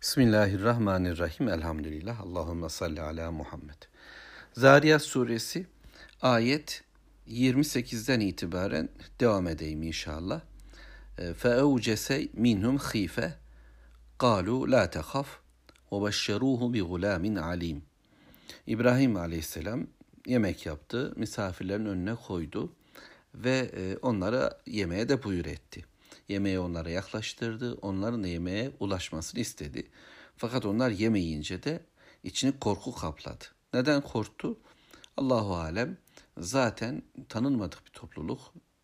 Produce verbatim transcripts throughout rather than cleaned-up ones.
Bismillahirrahmanirrahim. Elhamdülillah. Allahümme salli ala Muhammed. Zariyat suresi ayet yirmi sekizden itibaren devam edeyim inşallah. فَاَوْجَسَ مِنْهُمْ خِيفَةً قَالُوا لَا تَخَفْ وَبَشَّرُوهُ بِغُلَامٍ عَلِيمٍ. İbrahim aleyhisselam yemek yaptı, misafirlerin önüne koydu ve onlara yemeğe de buyur etti. Yemeği onlara yaklaştırdı, onların da yemeğe ulaşmasını istedi. Fakat onlar yemeyince de içini korku kapladı. Neden korktu? Allahu alem, zaten tanınmadık bir topluluk.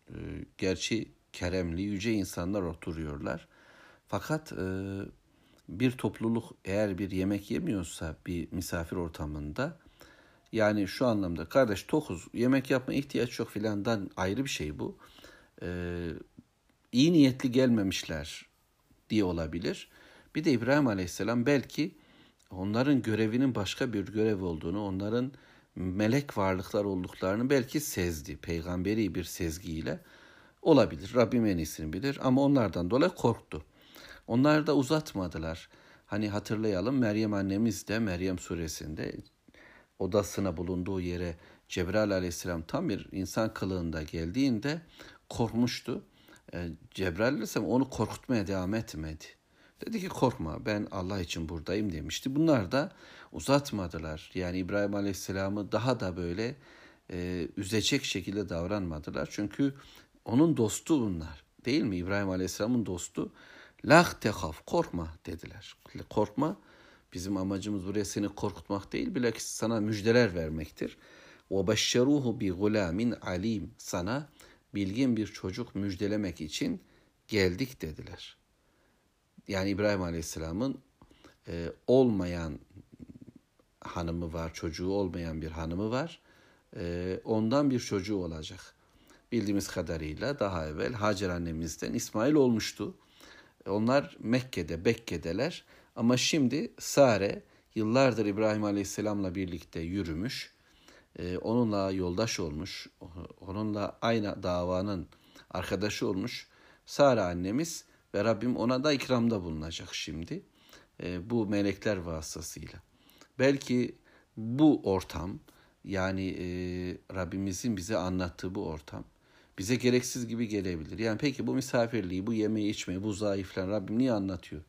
Gerçi keremli, yüce insanlar oturuyorlar. Fakat bir topluluk eğer bir yemek yemiyorsa bir misafir ortamında, yani şu anlamda kardeş tokuz, yemek yapma ihtiyaç yok filandan ayrı bir şey bu. Ee, iyi niyetli gelmemişler diye olabilir. Bir de İbrahim Aleyhisselam belki onların görevinin başka bir görev olduğunu, onların melek varlıklar olduklarını belki sezdi. Peygamberi bir sezgiyle olabilir. Rabbim en iyisini bilir ama onlardan dolayı korktu. Onlar da uzatmadılar. Hani hatırlayalım, Meryem annemiz de Meryem suresinde odasına bulunduğu yere Cebrail aleyhisselam tam bir insan kılığında geldiğinde korkmuştu. E, Cebrail aleyhisselam onu korkutmaya devam etmedi. Dedi ki korkma, ben Allah için buradayım demişti. Bunlar da uzatmadılar. Yani İbrahim aleyhisselamı daha da böyle e, üzecek şekilde davranmadılar. Çünkü onun dostu bunlar. Değil mi? İbrahim aleyhisselamın dostu. La tehaf, korkma dediler. Korkma. Bizim amacımız buraya seni korkutmak değil, bilakis sana müjdeler vermektir. وَبَشَّرُوهُ بِغُلَامٍ عَلِيمٍ. Sana bilgin bir çocuk müjdelemek için geldik dediler. Yani İbrahim Aleyhisselam'ın e, olmayan hanımı var, çocuğu olmayan bir hanımı var. E, ondan bir çocuğu olacak. Bildiğimiz kadarıyla daha evvel Hacer annemizden İsmail olmuştu. Onlar Mekke'de, Bekke'deler. Ama şimdi Sare yıllardır İbrahim Aleyhisselam'la birlikte yürümüş, onunla yoldaş olmuş, onunla aynı davanın arkadaşı olmuş Sare annemiz ve Rabbim ona da ikramda bulunacak şimdi bu melekler vasıtasıyla. Belki bu ortam, yani Rabbimizin bize anlattığı bu ortam bize gereksiz gibi gelebilir. Yani peki bu misafirliği, bu yemeği içmeyi, bu zayıflan Rabbim niye anlatıyor?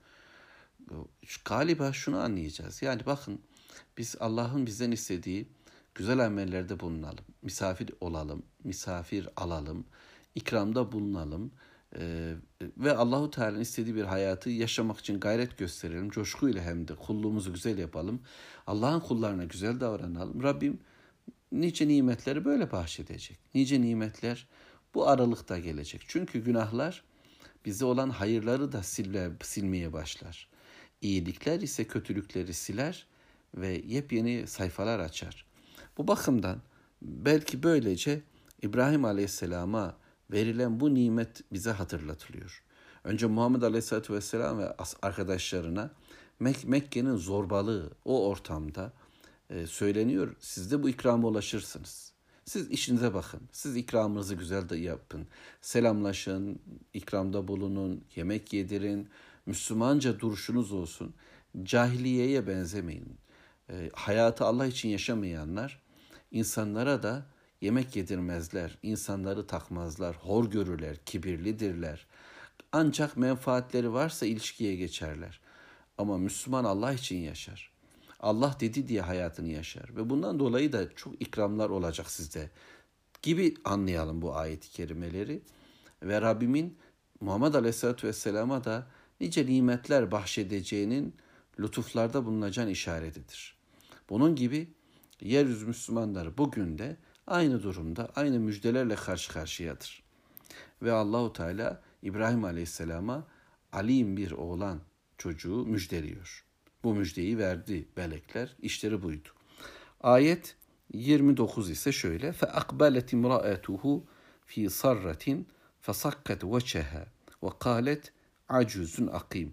Galiba şunu anlayacağız. Yani bakın, biz Allah'ın bizden istediği güzel amellerde bulunalım. Misafir olalım, misafir alalım, ikramda bulunalım. Ee, ve Allahu Teala'nın istediği bir hayatı yaşamak için gayret gösterelim. Coşkuyla hem de kulluğumuzu güzel yapalım. Allah'ın kullarına güzel davranalım. Rabbim nice nimetleri böyle bahşedecek. Nice nimetler bu aralıkta gelecek. Çünkü günahlar bize olan hayırları da sile, silmeye başlar. İyilikler ise kötülükleri siler ve yepyeni sayfalar açar. Bu bakımdan belki böylece İbrahim Aleyhisselam'a verilen bu nimet bize hatırlatılıyor. Önce Muhammed Aleyhisselatü Vesselam ve arkadaşlarına Mek- Mekke'nin zorbalığı o ortamda e, söyleniyor. Siz de bu ikrama ulaşırsınız. Siz işinize bakın. Siz ikramınızı güzel de yapın. Selamlaşın, ikramda bulunun, yemek yedirin. Müslümanca duruşunuz olsun. Cahiliyeye benzemeyin. E, hayatı Allah için yaşamayanlar insanlara da yemek yedirmezler. İnsanları takmazlar, hor görürler, kibirlidirler. Ancak menfaatleri varsa ilişkiye geçerler. Ama Müslüman Allah için yaşar. Allah dedi diye hayatını yaşar. Ve bundan dolayı da çok ikramlar olacak sizde gibi anlayalım bu ayet-i kerimeleri. Ve Rabbimin Muhammed Aleyhisselatü Vesselam'a da nice nimetler bahşedeceğinin lütuflarda bulunacağın işaretidir. Bunun gibi yeryüzü Müslümanları bugün de aynı durumda, aynı müjdelerle karşı karşıyadır. Ve Allahu Teala İbrahim Aleyhisselam'a alim bir oğlan çocuğu müjdeliyor. Bu müjdeyi verdi melekler, işleri buydu. Ayet yirmi dokuz ise şöyle: فَاَقْبَلَتْ اِمْرَأَتُهُ ف۪ي صَرَّةٍ فَصَكَّتْ وَجْهَهَا وَقَالَتْ عَجُوزٌ اَقِيمٌ.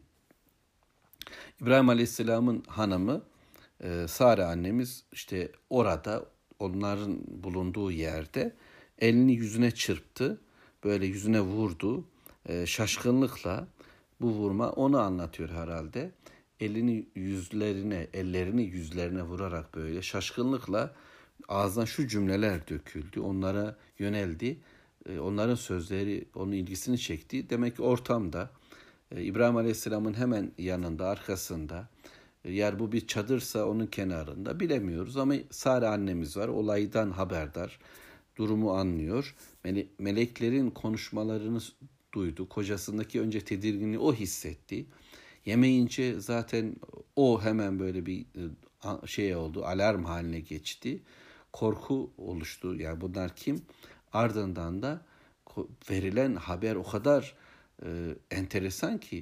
İbrahim Aleyhisselam'ın hanımı Sare annemiz işte orada, onların bulunduğu yerde elini yüzüne çırptı. Böyle yüzüne vurdu. Şaşkınlıkla bu vurma onu anlatıyor herhalde. elini yüzlerine, ellerini yüzlerine vurarak böyle şaşkınlıkla ağzından şu cümleler döküldü. Onlara yöneldi. Onların sözleri onun ilgisini çekti. Demek ki ortamda İbrahim Aleyhisselam'ın hemen yanında, arkasında, eğer bu bir çadırsa onun kenarında bilemiyoruz ama Sare annemiz var. Olaydan haberdar. Durumu anlıyor. Meleklerin konuşmalarını duydu. Kocasındaki önce tedirginliği o hissetti. Yemeyince zaten o hemen böyle bir şey oldu. Alarm haline geçti. Korku oluştu. Yani bunlar kim? Ardından da verilen haber o kadar e, enteresan ki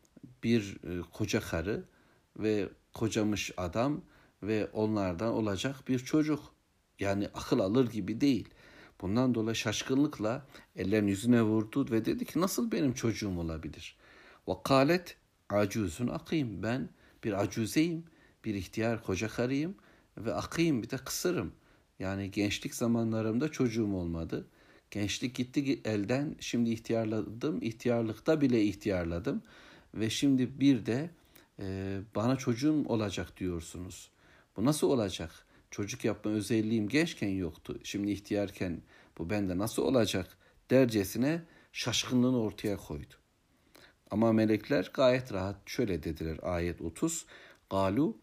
bir e, koca karı ve kocamış adam ve onlardan olacak bir çocuk. Yani akıl alır gibi değil. Bundan dolayı şaşkınlıkla ellerin yüzüne vurdu ve dedi ki nasıl benim çocuğum olabilir? Ve kâlet acuzun akîm. Ben bir acuzeyim, bir ihtiyar koca karıyım ve akîm, bir de kısırım. Yani gençlik zamanlarımda çocuğum olmadı. Gençlik gitti elden, şimdi ihtiyarladım. İhtiyarlıkta bile ihtiyarladım. Ve şimdi bir de e, bana çocuğum olacak diyorsunuz. Bu nasıl olacak? Çocuk yapma özelliğim gençken yoktu. Şimdi ihtiyarken bu bende nasıl olacak dercesine şaşkınlığını ortaya koydu. Ama melekler gayet rahat şöyle dediler, ayet otuz. Galu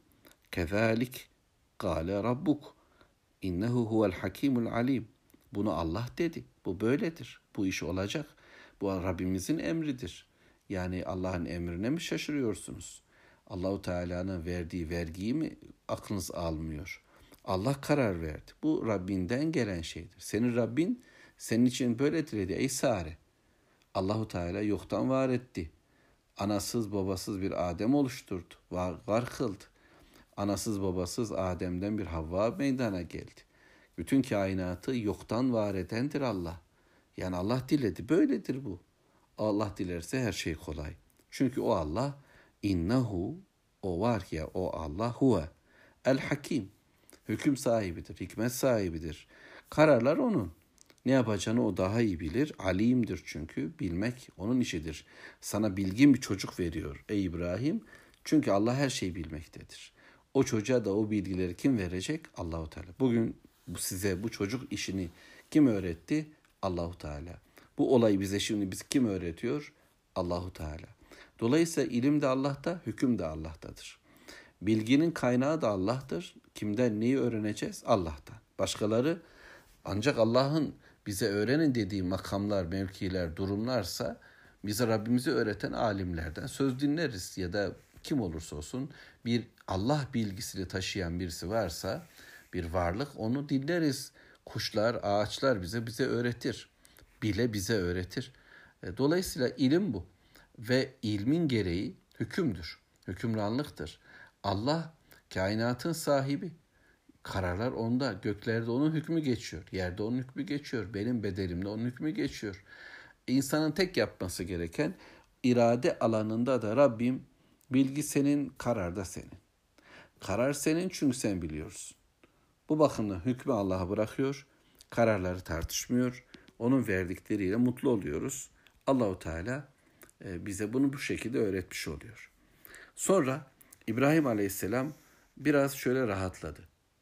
kezalik gale rabbuk innehu huvel hakimul alim. Bunu Allah dedi. Bu böyledir. Bu iş olacak. Bu Rabbimizin emridir. Yani Allah'ın emrine mi şaşırıyorsunuz? Allahu Teala'nın verdiği vergiyi mi aklınız almıyor? Allah karar verdi. Bu Rabbinden gelen şeydir. Senin Rabbin senin için böyledir dedi ey Sare. Allahu Teala yoktan var etti. Anasız babasız bir Adem oluşturdu. Var, var kıldı. Anasız babasız Adem'den bir Havva meydana geldi. Bütün kainatı yoktan var edendir Allah. Yani Allah diledi. Böyledir bu. Allah dilerse her şey kolay. Çünkü o Allah innehu, o var ya o Allah huve el hakim. Hüküm sahibidir, hikmet sahibidir. Kararlar onun. Ne yapacağını o daha iyi bilir. Alimdir çünkü. Bilmek onun işidir. Sana bilgin bir çocuk veriyor ey İbrahim. Çünkü Allah her şeyi bilmektedir. O çocuğa da o bilgileri kim verecek? Allahu Teala. Bugün size bu çocuk işini kim öğretti? Allahu Teala. Bu olayı bize şimdi biz kim öğretiyor? Allahu Teala. Dolayısıyla ilim de Allah'ta, hüküm de Allah'tadır. Bilginin kaynağı da Allah'tır. Kimden neyi öğreneceğiz? Allah'tan. Başkaları ancak Allah'ın bize öğrenin dediği makamlar, mevkiler, durumlarsa bize Rabbimizi öğreten alimlerden söz dinleriz ya da kim olursa olsun bir Allah bilgisini taşıyan birisi varsa bir varlık onu dinleriz. Kuşlar, ağaçlar bize bize öğretir. Bile bize öğretir. Dolayısıyla ilim bu ve ilmin gereği hükümdür. Hükümranlıktır. Allah kainatın sahibi. Kararlar onda. Göklerde onun hükmü geçiyor. Yerde onun hükmü geçiyor. Benim bedelimde onun hükmü geçiyor. İnsanın tek yapması gereken irade alanında da Rabbim bilgi senin, karar da senin. Karar senin çünkü sen biliyorsun. Bu bakımdan hükmü Allah'a bırakıyor. Kararları tartışmıyor. Onun verdikleriyle mutlu oluyoruz. Allahu Teala bize bunu bu şekilde öğretmiş oluyor. Sonra İbrahim Aleyhisselam biraz şöyle rahatladı.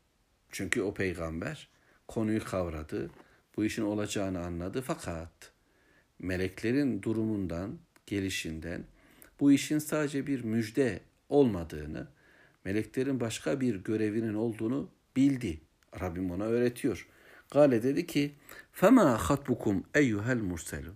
Çünkü o peygamber konuyu kavradı, bu işin olacağını anladı. Fakat meleklerin durumundan, gelişinden bu işin sadece bir müjde olmadığını, meleklerin başka bir görevinin olduğunu bildi. Rabbim ona öğretiyor. Gale dedi ki, فَمَا خَطْبُكُمْ اَيُّهَا الْمُرْسَلُونَ.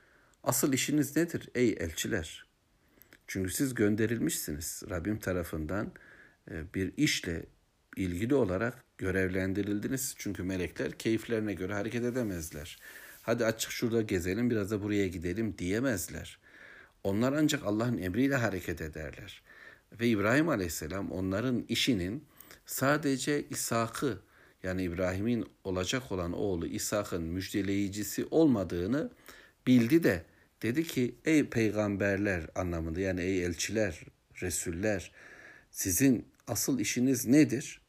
Asıl işiniz nedir ey elçiler? Çünkü siz gönderilmişsiniz. Rabbim tarafından bir işle ilgili olarak görevlendirildiniz. Çünkü melekler keyiflerine göre hareket edemezler. Hadi açık şurada gezelim, biraz da buraya gidelim diyemezler. Onlar ancak Allah'ın emriyle hareket ederler. Ve İbrahim Aleyhisselam onların işinin sadece İshak'ı, yani İbrahim'in olacak olan oğlu İshak'ın müjdeleyicisi olmadığını bildi de dedi ki ey peygamberler anlamında, yani ey elçiler, resuller, sizin asıl işiniz nedir?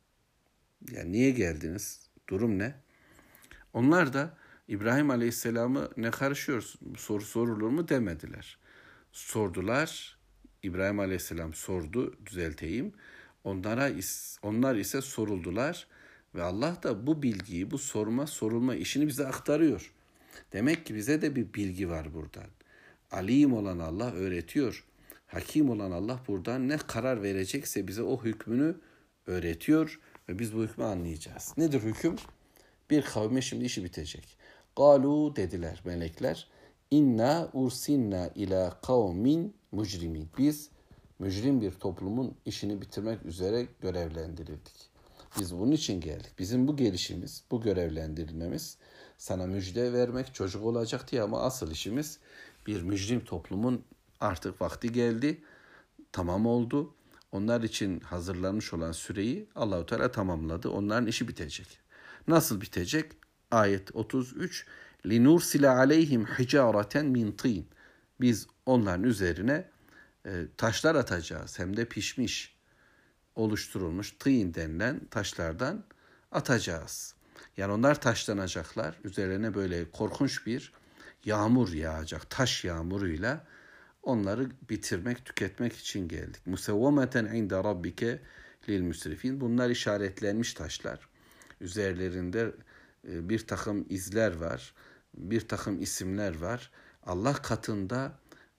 Yani niye geldiniz? Durum ne? Onlar da İbrahim Aleyhisselam'ı ne karışıyoruz? Soru sorulur mu demediler. Sordular. İbrahim Aleyhisselam sordu, düzelteyim. Onlara onlar ise soruldular ve Allah da bu bilgiyi, bu sorma sorulma işini bize aktarıyor. Demek ki bize de bir bilgi var buradan. Alim olan Allah öğretiyor. Hakim olan Allah buradan ne karar verecekse bize o hükmünü öğretiyor ve biz bu hükmü anlayacağız. Nedir hüküm? Bir kavme şimdi işi bitecek. Galu dediler melekler. İnna ursinna ila kavmin mücrimin. Biz mücrim bir toplumun işini bitirmek üzere görevlendirildik. Biz bunun için geldik. Bizim bu gelişimiz, bu görevlendirilmemiz sana müjde vermek, çocuk olacak diye, ama asıl işimiz bir mücrim toplumun artık vakti geldi, tamam oldu. Onlar için hazırlanmış olan süreyi Allah-u Teala tamamladı. Onların işi bitecek. Nasıl bitecek? Ayet otuz üç. لِنُرْسِلَ عَلَيْهِمْ حِجَارَةً مِنْ طِينٍ. Biz onların üzerine e, taşlar atacağız. Hem de pişmiş, oluşturulmuş tîn denilen taşlardan atacağız. Yani onlar taşlanacaklar. Üzerine böyle korkunç bir yağmur yağacak. Taş yağmuruyla onları bitirmek, tüketmek için geldik. Musevvameten inde rabbike lil müsrifin. Bunlar işaretlenmiş taşlar. Üzerlerinde bir takım izler var. Bir takım isimler var. Allah katında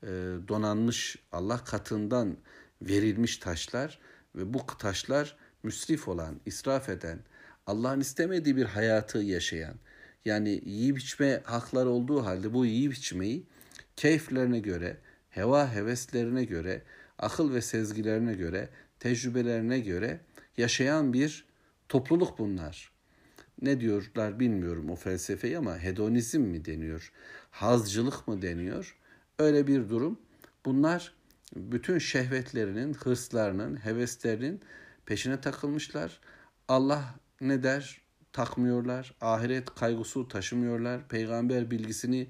donanmış, Allah katından verilmiş taşlar ve bu taşlar müsrif olan, israf eden, Allah'ın istemediği bir hayatı yaşayan, yani yiyip içme hakları olduğu halde bu yiyip içmeyi keyiflerine göre, heva heveslerine göre, akıl ve sezgilerine göre, tecrübelerine göre yaşayan bir topluluk bunlar. Ne diyorlar bilmiyorum o felsefeyi, ama hedonizm mi deniyor, hazcılık mı deniyor? Öyle bir durum. Bunlar bütün şehvetlerinin, hırslarının, heveslerinin peşine takılmışlar. Allah ne der? Takmıyorlar. Ahiret kaygısı taşımıyorlar. Peygamber bilgisini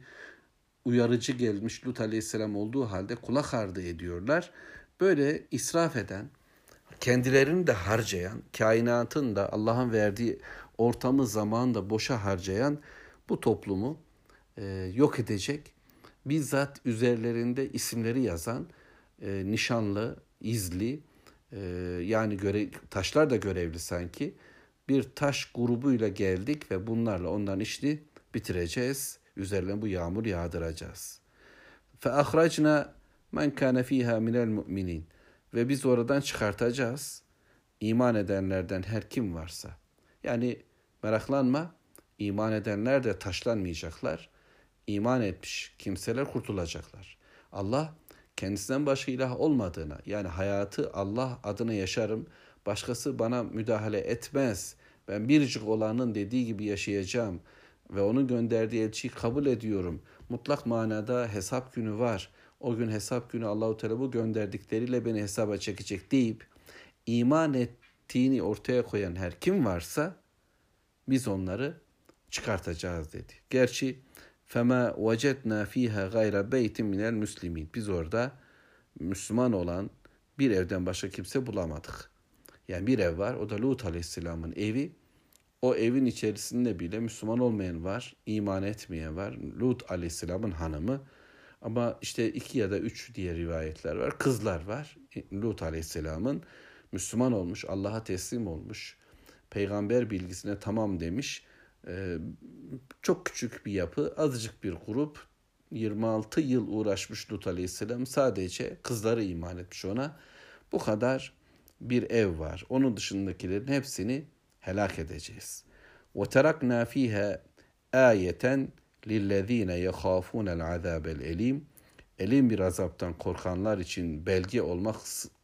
uyarıcı gelmiş Lut Aleyhisselam olduğu halde kulak ardı ediyorlar. Böyle israf eden, kendilerini de harcayan, kainatın da Allah'ın verdiği ortamı, zamanı da boşa harcayan bu toplumu e, yok edecek. Bizzat üzerlerinde isimleri yazan e, nişanlı, izli, e, yani görev, taşlar da görevli sanki. Bir taş grubuyla geldik ve bunlarla onların işini bitireceğiz. Üzerlerine bu yağmur yağdıracağız. فَاَخْرَجْنَا مَنْ كَانَ ف۪يهَا مِنَ الْمُؤْمِنِينَ. Ve biz oradan çıkartacağız iman edenlerden her kim varsa. Yani meraklanma, iman edenler de taşlanmayacaklar. İman etmiş kimseler kurtulacaklar. Allah kendisinden başka ilah olmadığına, yani hayatı Allah adına yaşarım, başkası bana müdahale etmez, ben biricik olanın dediği gibi yaşayacağım ve onun gönderdiği elçiyi kabul ediyorum. Mutlak manada hesap günü var. O gün hesap günü Allah-u Teala bu gönderdikleriyle beni hesaba çekecek deyip iman ettiğini ortaya koyan her kim varsa biz onları çıkartacağız dedi. Gerçi فَمَا وَجَدْنَا ف۪يهَا غَيْرَ بَيْتٍ مِنَ الْمُسْلِمِينَ. Biz orada Müslüman olan bir evden başka kimse bulamadık. Yani bir ev var, o da Lut Aleyhisselam'ın evi. O evin içerisinde bile Müslüman olmayan var, iman etmeyen var. Lut Aleyhisselam'ın hanımı. Ama işte iki ya da üç diye rivayetler var. Kızlar var. Lut Aleyhisselam'ın Müslüman olmuş, Allah'a teslim olmuş, peygamber bilgisine tamam demiş. Ee, çok küçük bir yapı, azıcık bir grup. yirmi altı yıl uğraşmış Lut Aleyhisselam. Sadece kızları iman etmiş ona. Bu kadar bir ev var. Onun dışındakilerin hepsini helak edeceğiz. وَتَرَكْنَا ف۪يهَا آيَةً لِلَّذ۪ينَ يَخَافُونَ الْعَذَابَ الْاَل۪يمِ. Elim bir azaptan korkanlar için belge olmak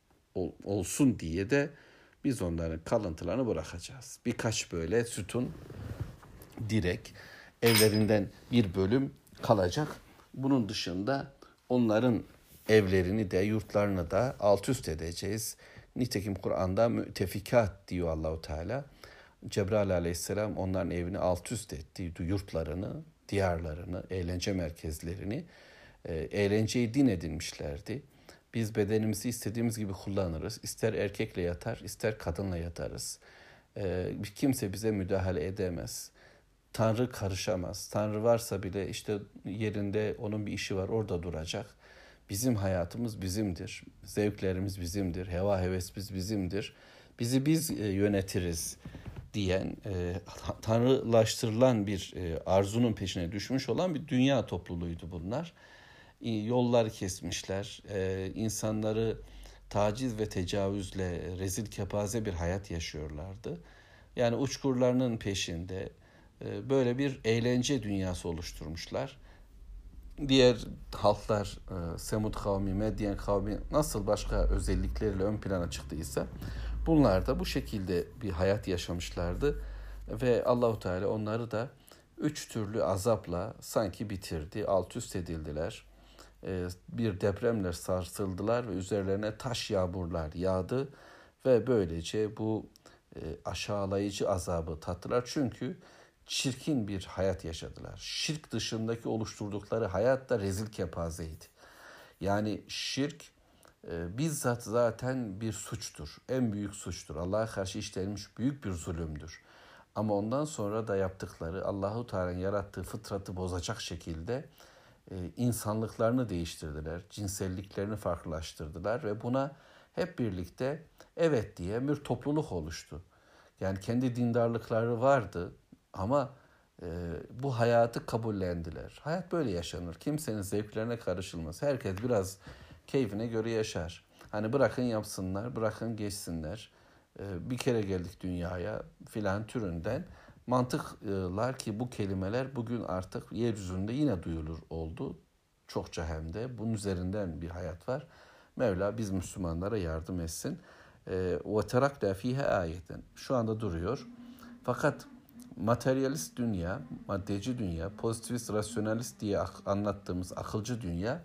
olsun diye de biz onların kalıntılarını bırakacağız. Birkaç böyle sütun, direk, evlerinden bir bölüm kalacak. Bunun dışında onların evlerini de yurtlarını da alt üst edeceğiz. Nitekim Kur'an'da mütefikat diyor Allahu Teala. Cebrail Aleyhisselam onların evini alt üst etti, yurtlarını, diyarlarını, eğlence merkezlerini. E, eğlenceyi din edinmişlerdi. Biz bedenimizi istediğimiz gibi kullanırız. İster erkekle yatar, ister kadınla yatarız. E, kimse bize müdahale edemez. Tanrı karışamaz. Tanrı varsa bile işte yerinde onun bir işi var, orada duracak. Bizim hayatımız bizimdir. Zevklerimiz bizimdir. Heva hevesimiz bizimdir. Bizi biz e, yönetiriz diyen, e, tanrılaştırılan bir e, arzunun peşine düşmüş olan bir dünya topluluğuydu bunlar. E, yollar kesmişler, e, insanları taciz ve tecavüzle rezil kepaze bir hayat yaşıyorlardı. Yani uçkurlarının peşinde e, böyle bir eğlence dünyası oluşturmuşlar. Diğer halklar, e, Semud kavmi, Medyen kavmi nasıl başka özellikleriyle ön plana çıktıysa bunlar da bu şekilde bir hayat yaşamışlardı ve Allahu Teala onları da üç türlü azapla sanki bitirdi, alt üst edildiler. E, bir depremle sarsıldılar ve üzerlerine taş yağmurlar yağdı ve böylece bu e, aşağılayıcı azabı tattılar. Çünkü çirkin bir hayat yaşadılar. Şirk dışındaki oluşturdukları hayat da rezil kepazeydi. Yani şirk e, bizzat zaten bir suçtur. En büyük suçtur. Allah'a karşı işlenmiş büyük bir zulümdür. Ama ondan sonra da yaptıkları Allahu Teala'nın yarattığı fıtratı bozacak şekilde e, insanlıklarını değiştirdiler. Cinselliklerini farklılaştırdılar ve buna hep birlikte evet diye bir topluluk oluştu. Yani kendi dindarlıkları vardı ama e, bu hayatı kabullendiler. Hayat böyle yaşanır. Kimsenin zevklerine karışılmaz. Herkes biraz keyfine göre yaşar. Hani bırakın yapsınlar, bırakın geçsinler. E, bir kere geldik dünyaya filan türünden mantıklar ki bu kelimeler bugün artık yeryüzünde yine duyulur oldu. Çokça hem de. Bunun üzerinden bir hayat var. Mevla biz Müslümanlara yardım etsin. وَتَرَكْنَا ف۪يهَا ayeten. Şu anda duruyor. Fakat materyalist dünya, maddeci dünya, pozitivist, rasyonalist diye anlattığımız akılcı dünya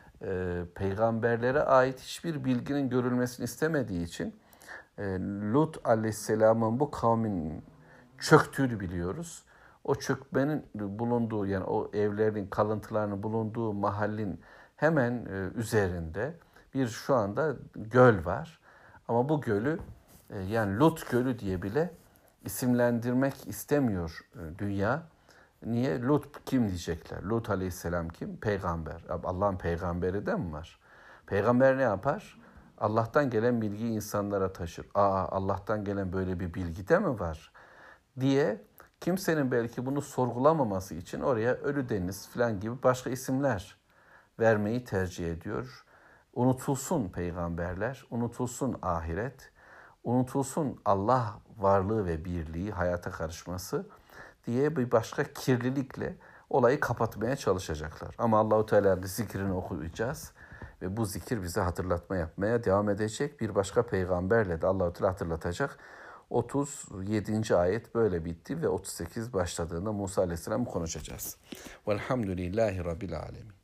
e, peygamberlere ait hiçbir bilginin görülmesini istemediği için e, Lut aleyhisselamın bu kavmin çöktüğünü biliyoruz. O çökmenin bulunduğu yani o evlerin kalıntılarının bulunduğu mahallin hemen e, üzerinde bir şu anda göl var. Ama bu gölü yani Lut Gölü diye bile isimlendirmek istemiyor dünya. Niye? Lut kim diyecekler? Lut aleyhisselam kim? Peygamber. Allah'ın peygamberi de mi var? Peygamber ne yapar? Allah'tan gelen bilgiyi insanlara taşır. Aa Allah'tan gelen böyle bir bilgi de mi var? Diye kimsenin belki bunu sorgulamaması için oraya Ölü Deniz falan gibi başka isimler vermeyi tercih ediyor. Unutulsun peygamberler, unutulsun ahiret, unutulsun Allah varlığı ve birliği, hayata karışması diye bir başka kirlilikle olayı kapatmaya çalışacaklar. Ama Allahu Teala'nın zikrini okuyacağız ve bu zikir bize hatırlatma yapmaya devam edecek. Bir başka peygamberle de Allahu Teala hatırlatacak. otuz yedinci ayet böyle bitti ve otuz sekiz başladığında Musa Aleyhisselam konuşacağız. Velhamdülillahi Rabbil Alemin.